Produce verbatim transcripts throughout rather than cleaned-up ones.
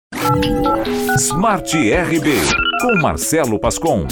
Smart R B, com Marcelo Pascon.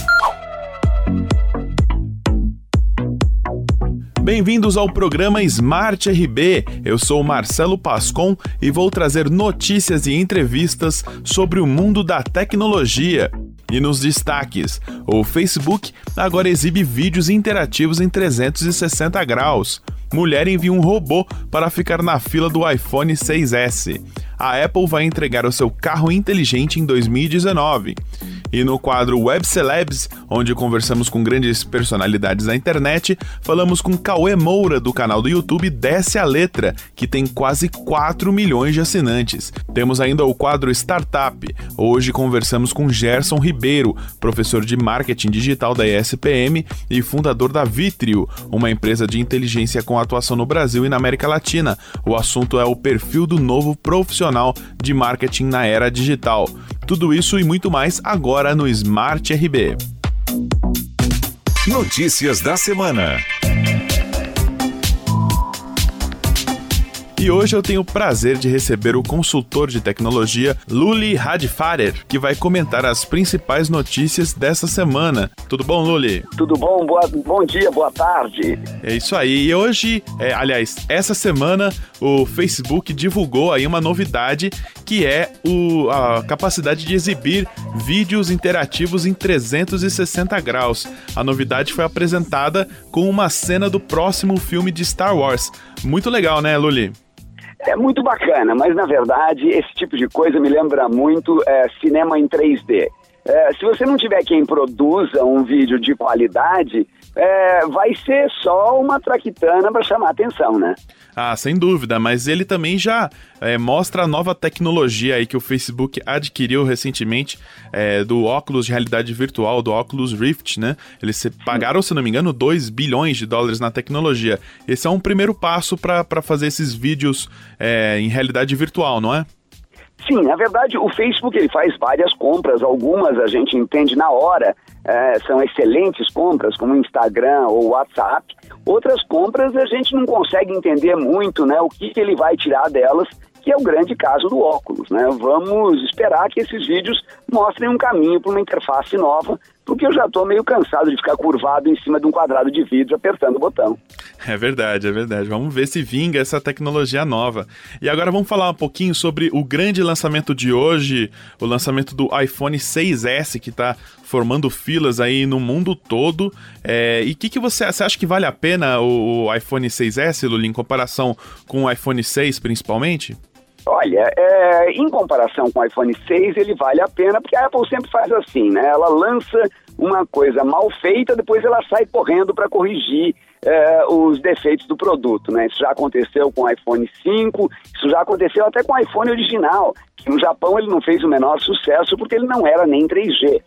Bem-vindos ao programa Smart R B. Eu sou Marcelo Pascon e vou trazer notícias e entrevistas sobre o mundo da tecnologia. E nos destaques, o Facebook agora exibe vídeos interativos em trezentos e sessenta graus. Mulher envia um robô para ficar na fila do iPhone seis S. A Apple vai entregar o seu carro inteligente em dois mil e dezenove. E no quadro Web Celebs, onde conversamos com grandes personalidades da internet, falamos com Cauê Moura, do canal do YouTube Desce a Letra, que tem quase quatro milhões de assinantes. Temos ainda o quadro Startup. Hoje conversamos com Gerson Ribeiro, professor de marketing digital da E S P M e fundador da Vitrio, uma empresa de inteligência com atuação no Brasil e na América Latina. O assunto é o perfil do novo profissional de marketing na era digital. Tudo isso e muito mais agora no Smart R B. Notícias da semana. E hoje eu tenho o prazer de receber o consultor de tecnologia Luli Radfarer, que vai comentar as principais notícias dessa semana. Tudo bom, Luli? Tudo bom, boa, bom dia, boa tarde. É isso aí. E hoje, é, aliás, essa semana o Facebook divulgou aí uma novidade que é o, a capacidade de exibir vídeos interativos em trezentos e sessenta graus. A novidade foi apresentada com uma cena do próximo filme de Star Wars. Muito legal, né, Luli? É muito bacana, mas na verdade esse tipo de coisa me lembra muito é, cinema em três D. É, se você não tiver quem produza um vídeo de qualidade, é, vai ser só uma traquitana para chamar atenção, né? Ah, sem dúvida, mas ele também já é, mostra a nova tecnologia aí que o Facebook adquiriu recentemente é, do óculos de realidade virtual, do Oculus Rift, né? Eles pagaram, se não me engano, dois bilhões de dólares na tecnologia. Esse é um primeiro passo para fazer esses vídeos é, em realidade virtual, não é? Sim, na verdade o Facebook ele faz várias compras, algumas a gente entende na hora, é, são excelentes compras como Instagram ou WhatsApp, outras compras a gente não consegue entender muito, né, o que, que ele vai tirar delas, que é o grande caso do óculos, né? Vamos esperar que esses vídeos mostrem um caminho para uma interface nova, porque eu já estou meio cansado de ficar curvado em cima de um quadrado de vidro apertando o botão. É verdade, é verdade. Vamos ver se vinga essa tecnologia nova. E agora vamos falar um pouquinho sobre o grande lançamento de hoje, o lançamento do iPhone seis S, que está formando filas aí no mundo todo. É, e o que, que você, você acha que vale a pena o, o iPhone seis S, Luli, em comparação com o iPhone seis, principalmente? Olha, é, em comparação com o iPhone seis, ele vale a pena, porque a Apple sempre faz assim, né? Ela lança uma coisa mal feita, depois ela sai correndo para corrigir é, os defeitos do produto, né? Isso já aconteceu com o iPhone cinco, isso já aconteceu até com o iPhone original, que no Japão ele não fez o menor sucesso porque ele não era nem três G.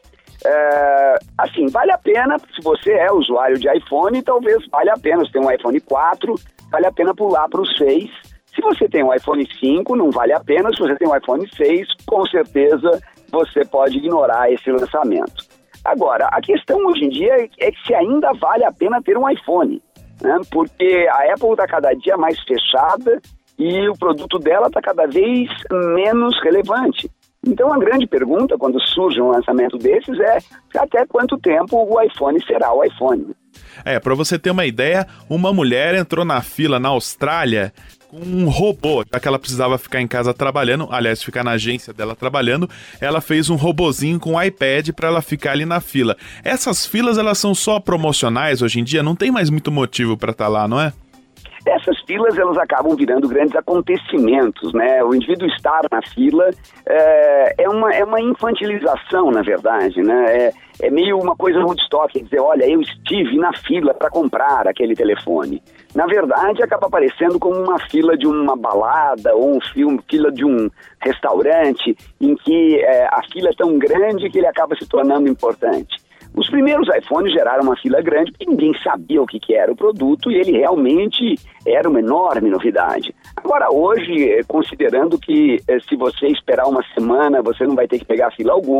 É, assim, vale a pena, se você é usuário de iPhone, talvez vale a pena, se tem um iPhone quatro, vale a pena pular para o seis. Se você tem um iPhone cinco, não vale a pena. Se você tem um iPhone seis, com certeza você pode ignorar esse lançamento. Agora, a questão hoje em dia é que se ainda vale a pena ter um iPhone, né? Porque a Apple está cada dia mais fechada e o produto dela está cada vez menos relevante. Então a grande pergunta quando surge um lançamento desses é até quanto tempo o iPhone será o iPhone. É, para você ter uma ideia, uma mulher entrou na fila na Austrália com um robô, já que ela precisava ficar em casa trabalhando, aliás, ficar na agência dela trabalhando, ela fez um robozinho com um iPad para ela ficar ali na fila. Essas filas, elas são só promocionais hoje em dia? Não tem mais muito motivo para estar lá, não é? Essas filas, elas acabam virando grandes acontecimentos, né? O indivíduo estar na fila é, é, uma, é uma infantilização, na verdade, né? É, é meio uma coisa Woodstock, quer dizer, olha, eu estive na fila para comprar aquele telefone. Na verdade, acaba aparecendo como uma fila de uma balada ou um filme, fila de um restaurante, em que é, a fila é tão grande que ele acaba se tornando importante. Os primeiros iPhones geraram uma fila grande porque ninguém sabia o que, que era o produto e ele realmente era uma enorme novidade. Agora hoje, considerando que se você esperar uma semana você não vai ter que pegar fila alguma,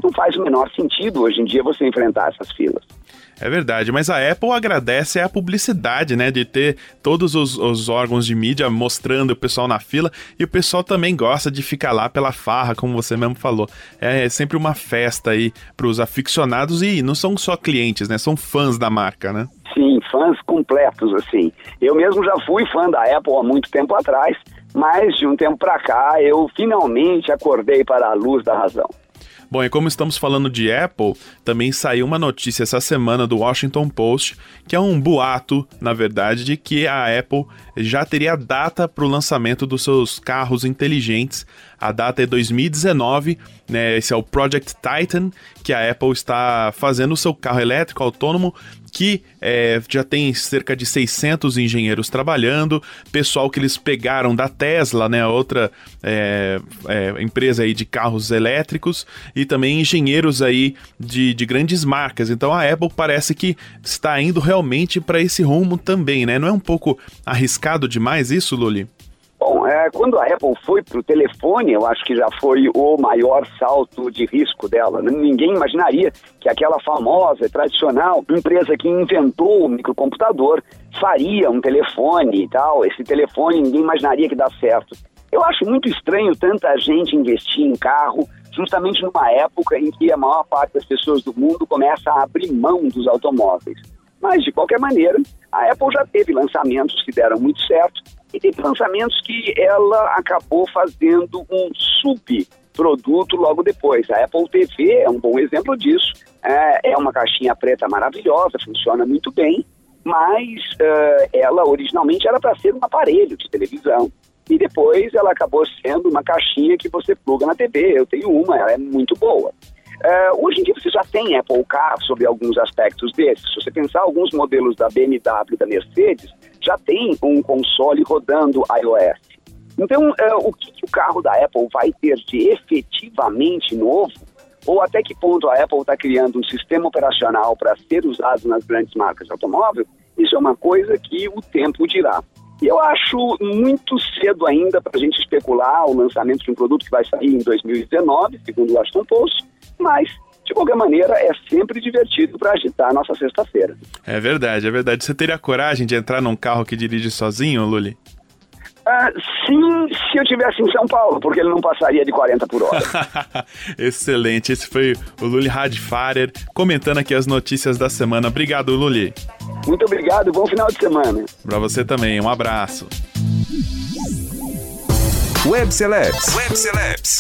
não faz o menor sentido hoje em dia você enfrentar essas filas. É verdade, mas a Apple agradece a publicidade, né, de ter todos os, os órgãos de mídia mostrando o pessoal na fila, e o pessoal também gosta de ficar lá pela farra, como você mesmo falou. É sempre uma festa aí para os aficionados, e não são só clientes, né, são fãs da marca, né? Sim, fãs completos, assim. Eu mesmo já fui fã da Apple há muito tempo atrás, mas de um tempo para cá eu finalmente acordei para a luz da razão. Bom, e como estamos falando de Apple, também saiu uma notícia essa semana do Washington Post, que é um boato, na verdade, de que a Apple já teria data para o lançamento dos seus carros inteligentes. A data é dois mil e dezenove, né? Esse é o Project Titan, que a Apple está fazendo o seu carro elétrico autônomo, que é, já tem cerca de seiscentos engenheiros trabalhando, pessoal que eles pegaram da Tesla, né, outra é, é, empresa aí de carros elétricos, e também engenheiros aí de, de grandes marcas. Então a Apple parece que está indo realmente para esse rumo também, né? Não é um pouco arriscado demais isso, Luli? Bom, é, quando a Apple foi para o telefone, eu acho que já foi o maior salto de risco dela. Ninguém imaginaria que aquela famosa, tradicional empresa que inventou o microcomputador faria um telefone e tal. Esse telefone ninguém imaginaria que dá certo. Eu acho muito estranho tanta gente investir em carro, justamente numa época em que a maior parte das pessoas do mundo começa a abrir mão dos automóveis. Mas, de qualquer maneira, a Apple já teve lançamentos que deram muito certo, e teve lançamentos que ela acabou fazendo um subproduto logo depois. A Apple T V é um bom exemplo disso. É, é uma caixinha preta maravilhosa, funciona muito bem, mas uh, ela originalmente era para ser um aparelho de televisão. E depois ela acabou sendo uma caixinha que você pluga na T V. Eu tenho uma, ela é muito boa. Uh, hoje em dia você já tem Apple Car sobre alguns aspectos desses. Se você pensar, alguns modelos da B M W e da Mercedes já tem um console rodando iOS. Então, uh, o que, que o carro da Apple vai ter de efetivamente novo, ou até que ponto a Apple está criando um sistema operacional para ser usado nas grandes marcas de automóvel, isso é uma coisa que o tempo dirá. E eu acho muito cedo ainda para a gente especular o lançamento de um produto que vai sair em dois mil e dezenove, segundo o Washington Post, mas, de qualquer maneira, é sempre divertido para agitar a nossa sexta-feira. É verdade, é verdade. Você teria coragem de entrar num carro que dirige sozinho, Luli? Ah, sim, se eu estivesse em São Paulo, porque ele não passaria de quarenta por hora. Excelente, esse foi o Luli Radfarer comentando aqui as notícias da semana. Obrigado, Luli. Muito obrigado, bom final de semana. Para você também, um abraço. Web Celebs. Web Celebs.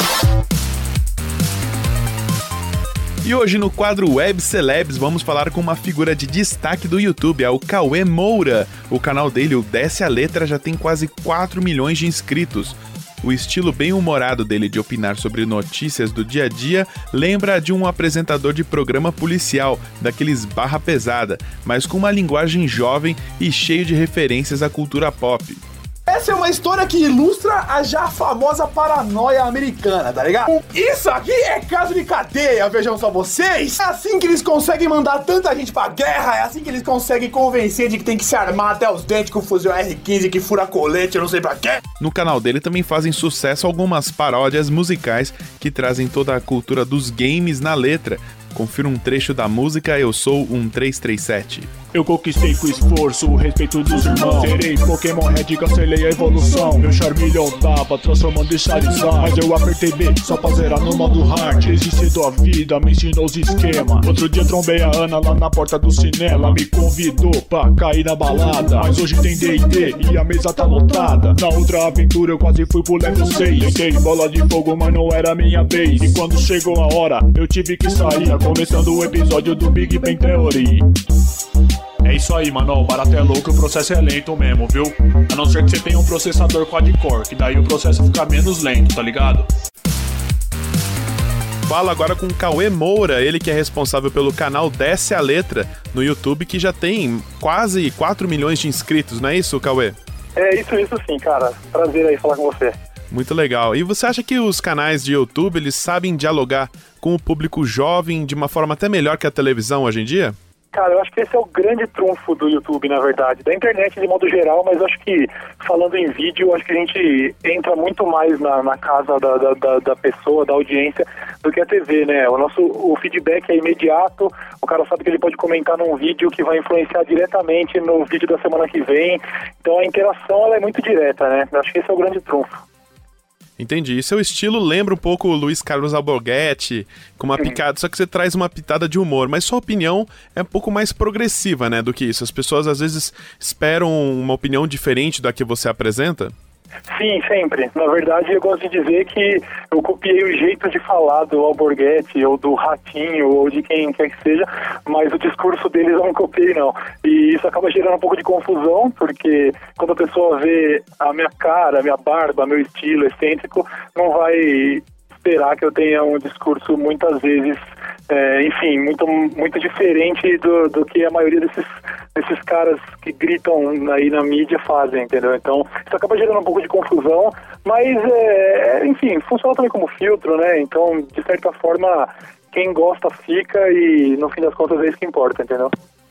E hoje no quadro Web Celebs vamos falar com uma figura de destaque do YouTube, é o Cauê Moura. O canal dele, o Desce a Letra, já tem quase quatro milhões de inscritos. O estilo bem humorado dele de opinar sobre notícias do dia a dia lembra de um apresentador de programa policial, daqueles barra pesada, mas com uma linguagem jovem e cheio de referências à cultura pop. Essa é uma história que ilustra a já famosa paranoia americana, tá ligado? Isso aqui é caso de cadeia, vejam só vocês. É assim que eles conseguem mandar tanta gente pra guerra, é assim que eles conseguem convencer de que tem que se armar até os dentes com o fuzil R quinze que fura colete, eu não sei pra quê. No canal dele também fazem sucesso algumas paródias musicais que trazem toda a cultura dos games na letra. Confira um trecho da música Eu Sou um três três sete. Eu conquistei com esforço o respeito dos irmãos. Serei Pokémon Red, cancelei a evolução. Meu Charmeleon tava transformando em Charizard, mas eu apertei B só pra zerar no modo hard. Desde cedo a vida me ensinou os esquemas. Outro dia trombei a Ana lá na porta do cinema. Ela me convidou pra cair na balada, mas hoje tem D e D e a mesa tá lotada. Na outra aventura eu quase fui pro level seis. Tentei bola de fogo, mas não era minha vez. E quando chegou a hora, eu tive que sair. Tá começando o episódio do Big Bang Theory. É isso aí, mano, o barato é louco e o processo é lento mesmo, viu? A não ser que você tenha um processador quad-core, que daí o processo fica menos lento, tá ligado? Fala agora com o Cauê Moura, ele que é responsável pelo canal Desce a Letra no YouTube, que já tem quase quatro milhões de inscritos, não é isso, Cauê? É isso, isso sim, cara. Prazer aí falar com você. Muito legal. E você acha que os canais de YouTube, eles sabem dialogar com o público jovem de uma forma até melhor que a televisão hoje em dia? Cara, eu acho que esse é o grande trunfo do YouTube, na verdade, da internet de modo geral, mas acho que, falando em vídeo, acho que a gente entra muito mais na, na casa da, da, da pessoa, da audiência, do que a T V, né? O nosso o feedback é imediato, o cara sabe que ele pode comentar num vídeo que vai influenciar diretamente no vídeo da semana que vem, então a interação ela é muito direta, né? Eu acho que esse é o grande trunfo. Entendi. E seu estilo lembra um pouco o Luiz Carlos Alborguete, com uma picada, só que você traz uma pitada de humor, mas sua opinião é um pouco mais progressiva, né, do que isso. As pessoas às vezes esperam uma opinião diferente da que você apresenta? Sim, sempre. Na verdade, eu gosto de dizer que eu copiei o jeito de falar do Alborguete, ou do Ratinho, ou de quem quer que seja, mas o discurso deles eu não copiei, não. E isso acaba gerando um pouco de confusão, porque quando a pessoa vê a minha cara, a minha barba, meu estilo excêntrico, não vai esperar que eu tenha um discurso muitas vezes, é, enfim, muito, muito diferente do, do que a maioria desses, desses caras que gritam aí na mídia fazem, entendeu? Então, isso acaba gerando um pouco de confusão, mas, é, enfim, funciona também como filtro, né? Então, de certa forma, quem gosta fica e, no fim das contas, é isso que importa, entendeu?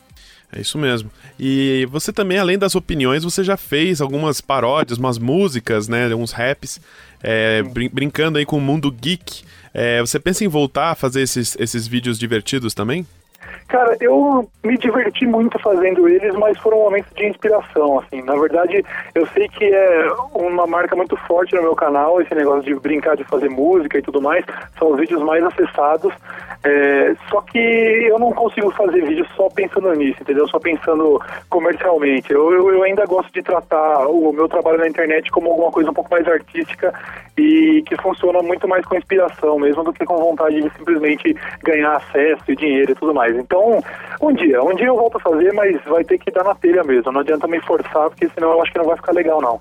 É isso mesmo. E você também, além das opiniões, você já fez algumas paródias, umas músicas, né, uns raps, é, brin- brincando aí com o mundo geek. É, você pensa em voltar a fazer esses, esses vídeos divertidos também? Cara, eu me diverti muito fazendo eles, mas foram momentos de inspiração, assim. Na verdade, eu sei que é uma marca muito forte no meu canal, esse negócio de brincar de fazer música e tudo mais, são os vídeos mais acessados, é, só que eu não consigo fazer vídeo só pensando nisso, entendeu? Só pensando comercialmente. Eu, eu, eu ainda gosto de tratar o meu trabalho na internet como alguma coisa um pouco mais artística e que funciona muito mais com inspiração mesmo do que com vontade de simplesmente ganhar acesso e dinheiro e tudo mais. Então, um dia, um dia eu volto a fazer, mas vai ter que dar na telha mesmo, não adianta me forçar, porque senão eu acho que não vai ficar legal, não.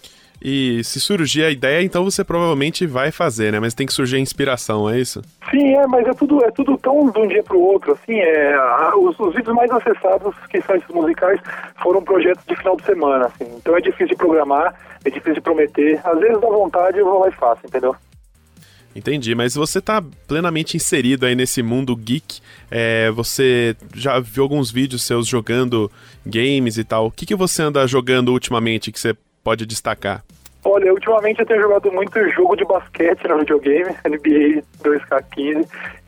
E se surgir a ideia, então você provavelmente vai fazer, né? Mas tem que surgir a inspiração, é isso? Sim, é, mas é tudo, é tudo tão de um dia pro outro, assim, é, a, os, os vídeos mais acessados, que são esses musicais, foram projetos de final de semana, assim, então é difícil de programar, é difícil de prometer, às vezes dá vontade eu vou lá e faço, entendeu? Entendi, mas você está plenamente inserido aí nesse mundo geek, é, você já viu alguns vídeos seus jogando games e tal, o que, que você anda jogando ultimamente que você pode destacar? Olha, ultimamente eu tenho jogado muito jogo de basquete no videogame, N B A dois K quinze,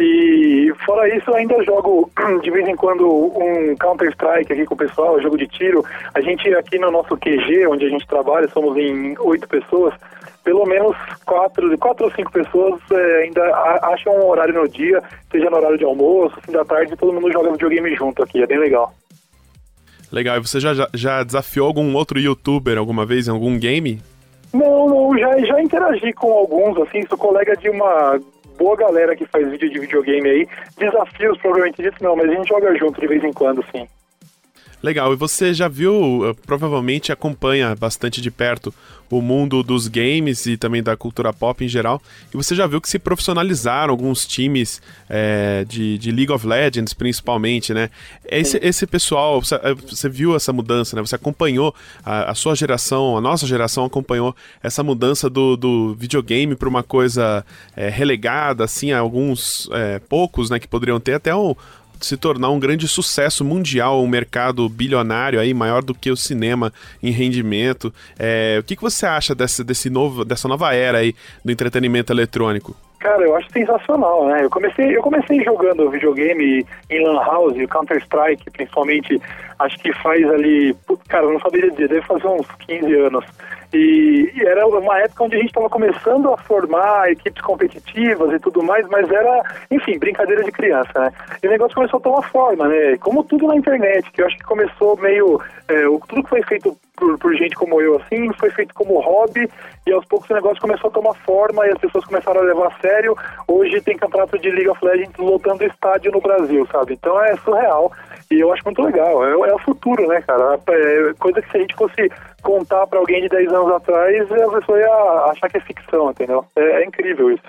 e fora isso eu ainda jogo de vez em quando um Counter-Strike aqui com o pessoal, jogo de tiro. A gente aqui no nosso Q G, onde a gente trabalha, somos em oito pessoas, pelo menos quatro, quatro ou cinco pessoas é, ainda acham um horário no dia, seja no horário de almoço, fim da tarde, todo mundo joga videogame junto aqui, é bem legal. Legal, e você já, já, já desafiou algum outro youtuber alguma vez em algum game? Não, não, já, já interagi com alguns, assim, sou colega de uma boa galera que faz vídeo de videogame aí, desafios provavelmente disso não, mas a gente joga junto de vez em quando, sim. Legal, e você já viu, provavelmente acompanha bastante de perto o mundo dos games e também da cultura pop em geral, e você já viu que se profissionalizaram alguns times é, de, de League of Legends, principalmente, né? Esse, esse pessoal, você, você viu essa mudança, né? Você acompanhou, a, a sua geração, a nossa geração acompanhou essa mudança do, do videogame para uma coisa é, relegada, assim, a alguns é, poucos, né, que poderiam ter até um se tornar um grande sucesso mundial, um mercado bilionário aí, maior do que o cinema em rendimento. É, o que, que você acha desse, desse novo, dessa nova era aí do entretenimento eletrônico? Cara, eu acho sensacional, né? Eu comecei, eu comecei jogando videogame em Lan House, Counter-Strike, principalmente, acho que faz ali, cara, eu não saberia dizer, deve fazer uns quinze anos. E, e era uma época onde a gente estava começando a formar equipes competitivas e tudo mais, mas era, enfim, brincadeira de criança, né? E o negócio começou a tomar forma, né? Como tudo na internet, que eu acho que começou meio... É, tudo que foi feito por, por gente como eu, assim, foi feito como hobby, e aos poucos o negócio começou a tomar forma e as pessoas começaram a levar a sério. Hoje tem campeonato de League of Legends lotando estádio no Brasil, sabe? Então é surreal. E eu acho muito legal, é, é o futuro, né, cara? É coisa que se a gente fosse contar pra alguém de dez anos atrás, a pessoa ia achar que é ficção, entendeu? É, é incrível isso.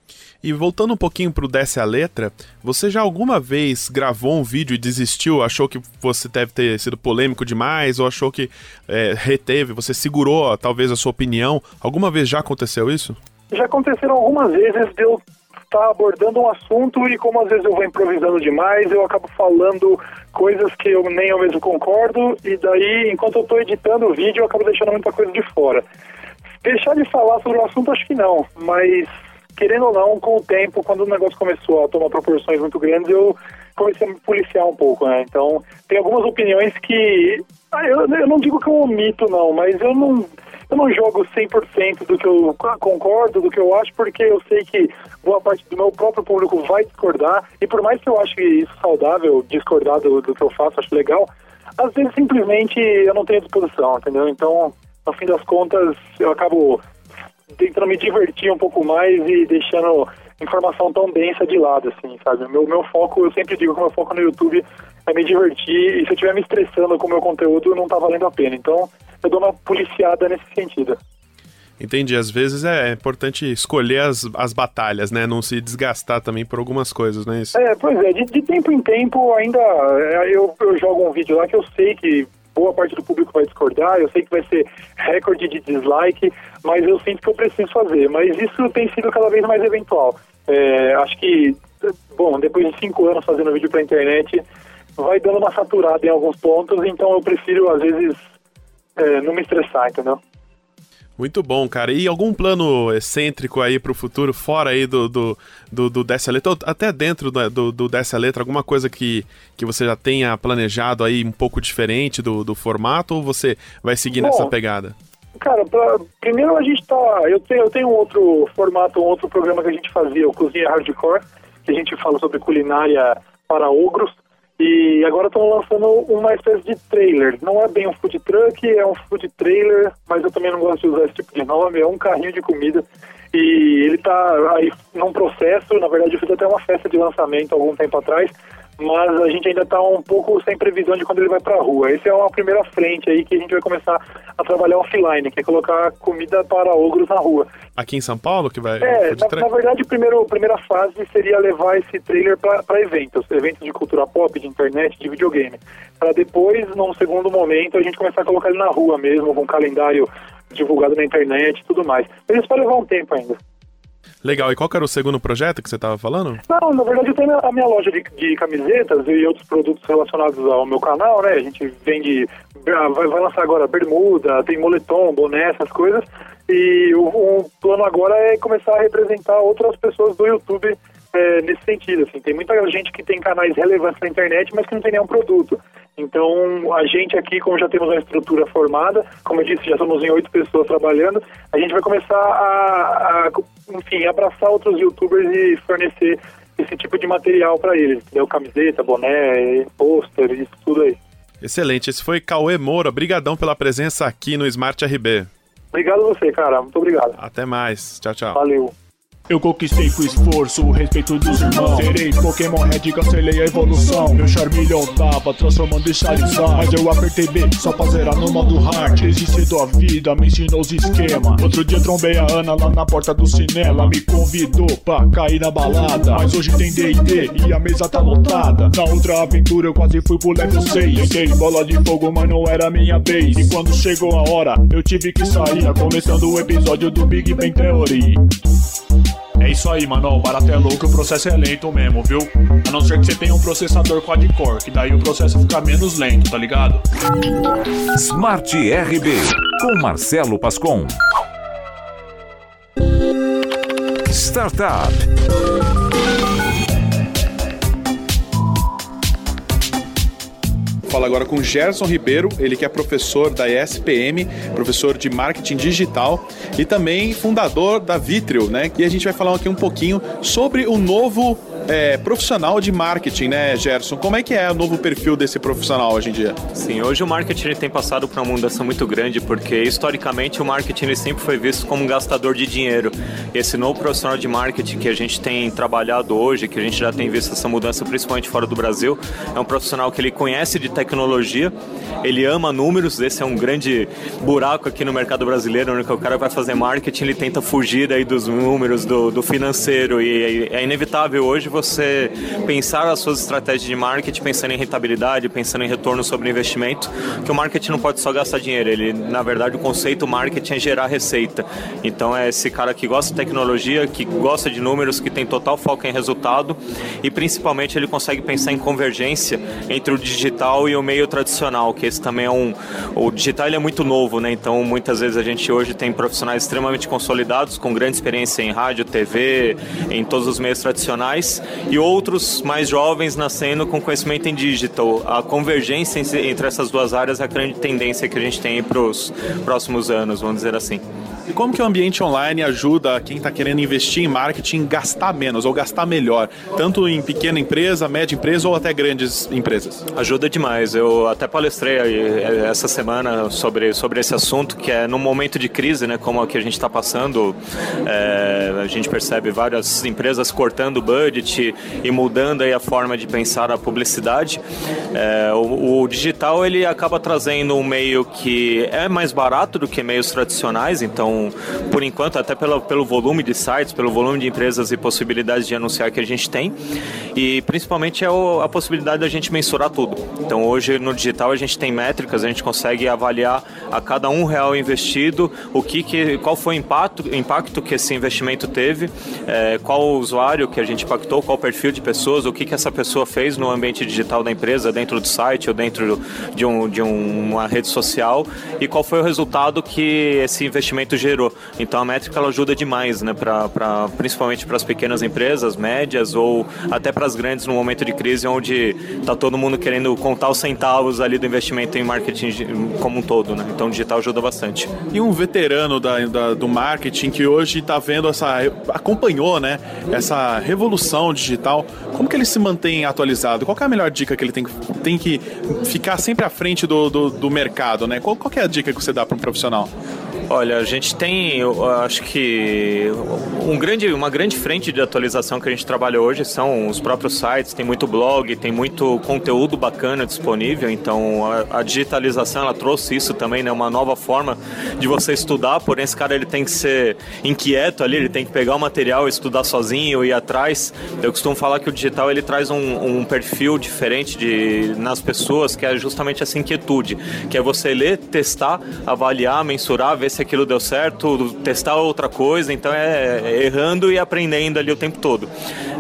E voltando um pouquinho pro Desce a Letra, você já alguma vez gravou um vídeo e desistiu? Achou que você deve ter sido polêmico demais? Ou achou que é, reteve, você segurou talvez a sua opinião? Alguma vez já aconteceu isso? Já aconteceram algumas vezes de eu estar abordando um assunto e como às vezes eu vou improvisando demais, eu acabo falando coisas que eu nem eu mesmo concordo e daí, enquanto eu estou editando o vídeo, eu acabo deixando muita coisa de fora. Deixar de falar sobre o assunto, acho que não, mas querendo ou não, com o tempo, quando o negócio começou a tomar proporções muito grandes, eu comecei a me policiar um pouco, né? Então, tem algumas opiniões que... Ah, eu, eu não digo que eu omito, não, mas eu não, eu não jogo cem por cento do que eu concordo, do que eu acho, porque eu sei que boa parte do meu próprio público vai discordar, e por mais que eu ache isso saudável, discordar do, do que eu faço, acho legal, às vezes simplesmente eu não tenho disposição, entendeu? Então, no fim das contas, eu acabo tentando me divertir um pouco mais e deixando informação tão densa de lado, assim, sabe? O meu, meu foco, eu sempre digo que o meu foco no YouTube é me divertir, e se eu estiver me estressando com o meu conteúdo, não tá valendo a pena. Então, eu dou uma policiada nesse sentido. Entendi. Às vezes é importante escolher as, as batalhas, né? Não se desgastar também por algumas coisas, não é isso? É, pois é. De, de tempo em tempo, ainda eu, eu jogo um vídeo lá que eu sei que boa parte do público vai discordar, eu sei que vai ser recorde de dislike, mas eu sinto que eu preciso fazer. Mas isso tem sido cada vez mais eventual. É, acho que, bom, depois de cinco anos fazendo vídeo pra internet, vai dando uma saturada em alguns pontos, então eu prefiro, às vezes, é, não me estressar, entendeu? Muito bom, cara. E algum plano excêntrico aí pro futuro, fora aí do, do, do, do Desce a Letra, ou até dentro do, do, do Desce a Letra, alguma coisa que, que você já tenha planejado aí um pouco diferente do, do formato, ou você vai seguir bom, nessa pegada? Cara, pra, primeiro a gente tá... Eu tenho, eu tenho um outro formato, um outro programa que a gente fazia, o Cozinha Hardcore, que a gente fala sobre culinária para ogros. E agora estão lançando uma espécie de trailer. Não é bem um food truck, é um food trailer, mas eu também não gosto de usar esse tipo de nome, é um carrinho de comida. E ele está aí num processo, na verdade eu fiz até uma festa de lançamento algum tempo atrás, mas a gente ainda está um pouco sem previsão de quando ele vai para a rua. Essa é uma primeira frente aí que a gente vai começar a trabalhar offline, que é colocar comida para ogros na rua. Aqui em São Paulo que vai... É, na, na verdade, primeiro, a primeira fase seria levar esse trailer para eventos, eventos de cultura pop, de internet, de videogame. Para depois, num segundo momento, a gente começar a colocar ele na rua mesmo, com um calendário divulgado na internet e tudo mais. Mas isso vai levar um tempo ainda. Legal, e qual que era o segundo projeto que você estava falando? Não, na verdade eu tenho a minha loja de, de camisetas e outros produtos relacionados ao meu canal, né? A gente vende, vai, vai lançar agora bermuda, tem moletom, boné, essas coisas. E o, o plano agora é começar a representar outras pessoas do YouTube é, nesse sentido, assim. Tem muita gente que tem canais relevantes na internet, mas que não tem nenhum produto. Então, a gente aqui, como já temos uma estrutura formada, como eu disse, já somos em oito pessoas trabalhando, a gente vai começar a, a enfim, abraçar outros youtubers e fornecer esse tipo de material para eles, entendeu? Camiseta, boné, pôster, isso tudo aí. Excelente, esse foi Cauê Moura, brigadão pela presença aqui no Smart R B. Obrigado a você, cara, muito obrigado. Até mais, tchau, tchau. Valeu. Eu conquistei com esforço o respeito dos irmãos. Serei Pokémon Red, cancelei a evolução. Meu Charmeleon tava transformando em Charizard, mas eu apertei B só pra zerar no modo hard. Desde cedo a vida me ensinou os esquemas. Outro dia trombei a Ana lá na porta do cinema. Ela me convidou pra cair na balada, mas hoje tem D e D e a mesa tá lotada. Na outra aventura eu quase fui pro level seis. Tentei bola de fogo, mas não era minha vez. E quando chegou a hora, eu tive que sair. Tá começando o episódio do Big Bang Theory. É isso aí, mano, o barato é louco e o processo é lento mesmo, viu? A não ser que você tenha um processador quad-core, que daí o processo fica menos lento, tá ligado? Smart R B, com Marcelo Pascon. Startup. Fala agora com Gerson Ribeiro, ele que é professor da E S P M, professor de marketing digital e também fundador da Vitreo, né? E a gente vai falar aqui um pouquinho sobre o novo é, profissional de marketing, né, Gerson? Como é que é o novo perfil desse profissional hoje em dia? Sim, hoje o marketing tem passado por uma mudança muito grande, porque historicamente o marketing sempre foi visto como um gastador de dinheiro. Esse novo profissional de marketing que a gente tem trabalhado hoje, que a gente já tem visto essa mudança principalmente fora do Brasil, é um profissional que ele conhece de tecnologia, ele ama números, esse é um grande buraco aqui no mercado brasileiro, onde o cara vai fazer marketing, ele tenta fugir aí dos números, do, do financeiro, e é inevitável hoje você pensar as suas estratégias de marketing, pensando em rentabilidade, pensando em retorno sobre investimento, que o marketing não pode só gastar dinheiro, ele, na verdade, o conceito marketing é gerar receita. Então é esse cara que gosta de tecnologia, que gosta de números, que tem total foco em resultado e principalmente ele consegue pensar em convergência entre o digital e o meio tradicional, que esse também é um... O digital ele é muito novo, né? Então muitas vezes a gente hoje tem profissionais extremamente consolidados, com grande experiência em rádio, T V, em todos os meios tradicionais, e outros mais jovens nascendo com conhecimento em digital. A convergência entre essas duas áreas é a grande tendência que a gente tem para os próximos anos, vamos dizer assim. E como que o ambiente online ajuda quem está querendo investir em marketing gastar menos ou gastar melhor, tanto em pequena empresa, média empresa ou até grandes empresas? Ajuda demais. Eu até palestrei aí, essa semana sobre, sobre esse assunto, que é num momento de crise, né, como a que a gente está passando, é, a gente percebe várias empresas cortando o budget e mudando aí a forma de pensar a publicidade. É, o, o digital ele acaba trazendo um meio que é mais barato do que meios tradicionais, então por enquanto, até pelo, pelo volume de sites, pelo volume de empresas e possibilidades de anunciar que a gente tem, e principalmente é o, a possibilidade da gente mensurar tudo. Então hoje no digital a gente tem métricas, a gente consegue avaliar a cada um real investido, o que, que, qual foi o impacto, impacto que esse investimento teve, é, qual o usuário que a gente impactou, qual o perfil de pessoas, o que, que essa pessoa fez no ambiente digital da empresa, dentro do site ou dentro de, um, de um, uma rede social, e qual foi o resultado que esse investimento gerou. Então a métrica ela ajuda demais, né, pra, pra, principalmente para as pequenas empresas, médias ou até para as grandes no momento de crise, onde está todo mundo querendo contar os centavos ali do investimento em marketing como um todo, né? Então o digital ajuda bastante. E um veterano da, da, do marketing que hoje está vendo essa, acompanhou, né, essa revolução digital, como que ele se mantém atualizado? Qual que é a melhor dica que ele tem, tem que ficar sempre à frente do, do, do mercado, né? Qual, qual que é a dica que você dá para um profissional? Olha, a gente tem, eu acho que um grande, uma grande frente de atualização que a gente trabalha hoje são os próprios sites, tem muito blog, tem muito conteúdo bacana disponível, então a, a digitalização ela trouxe isso também, né, uma nova forma de você estudar, porém esse cara ele tem que ser inquieto ali, ele tem que pegar o material e estudar sozinho, ir atrás. Eu costumo falar que o digital ele traz um, um perfil diferente de, nas pessoas, que é justamente essa inquietude, que é você ler, testar, avaliar, mensurar, ver se aquilo deu certo, testar outra coisa, então é errando e aprendendo ali o tempo todo.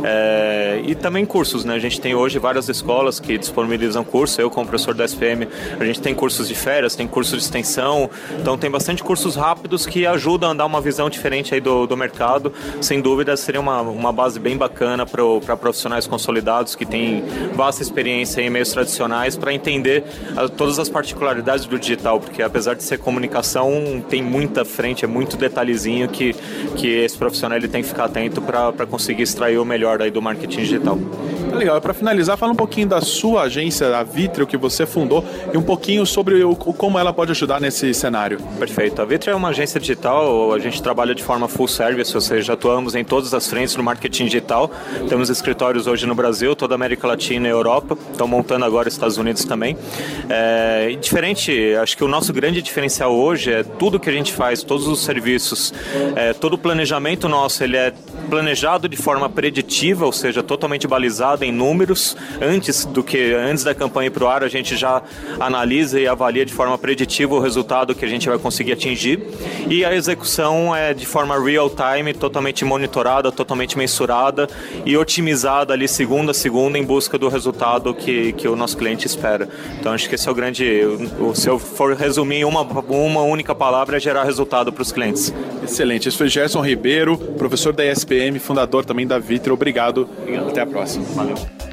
É, e também cursos, né? A gente tem hoje várias escolas que disponibilizam cursos, eu como professor da S P M, a gente tem cursos de férias, tem cursos de extensão, então tem bastante cursos rápidos que ajudam a dar uma visão diferente aí do, do mercado. Sem dúvida seria uma, uma base bem bacana para profissionais consolidados que têm vasta experiência em meios tradicionais para entender a, todas as particularidades do digital, porque apesar de ser comunicação, tem muita frente, é muito detalhezinho que, que esse profissional ele tem que ficar atento para conseguir extrair o melhor aí do marketing digital. Legal, para finalizar, fala um pouquinho da sua agência, a Vitrio, que você fundou, e um pouquinho sobre o, como ela pode ajudar nesse cenário. Perfeito, a Vitrio é uma agência digital, a gente trabalha de forma full service, ou seja, atuamos em todas as frentes do marketing digital, temos escritórios hoje no Brasil, toda a América Latina e Europa, estão montando agora Estados Unidos também. É, diferente, acho que o nosso grande diferencial hoje é tudo que a gente faz, todos os serviços, é, todo o planejamento nosso, ele é planejado de forma preditiva, ou seja, totalmente balizado em números. Antes do que antes da campanha ir para o ar, a gente já analisa e avalia de forma preditiva o resultado que a gente vai conseguir atingir. E a execução é de forma real time, totalmente monitorada, totalmente mensurada e otimizada ali segunda a segunda em busca do resultado que, que o nosso cliente espera. Então acho que esse é o grande, se eu for resumir em uma, uma única palavra, é gerar resultado para os clientes. Excelente. Esse foi Gerson Ribeiro, professor da S P M, fundador também da Vitrio. Obrigado. Obrigado. Até a próxima. Valeu.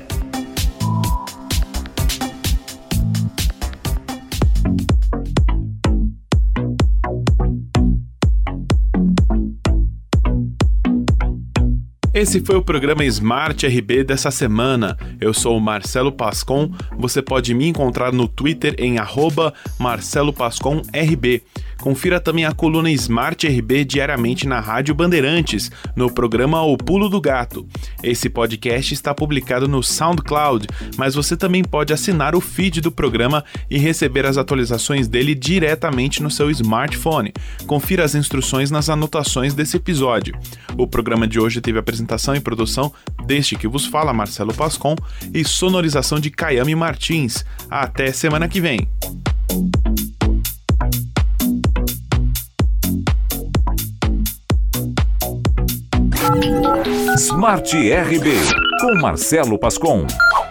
Esse foi o programa Smart R B dessa semana. Eu sou o Marcelo Pascon. Você pode me encontrar no Twitter em arroba Marcelo Pascon R B. Confira também a coluna Smart R B diariamente na Rádio Bandeirantes, no programa O Pulo do Gato. Esse podcast está publicado no SoundCloud, mas você também pode assinar o feed do programa e receber as atualizações dele diretamente no seu smartphone. Confira as instruções nas anotações desse episódio. O programa de hoje teve apresentação e produção deste que vos fala, Marcelo Pascon, e sonorização de Caiame Martins. Até semana que vem. Smart R B, com Marcelo Pascon.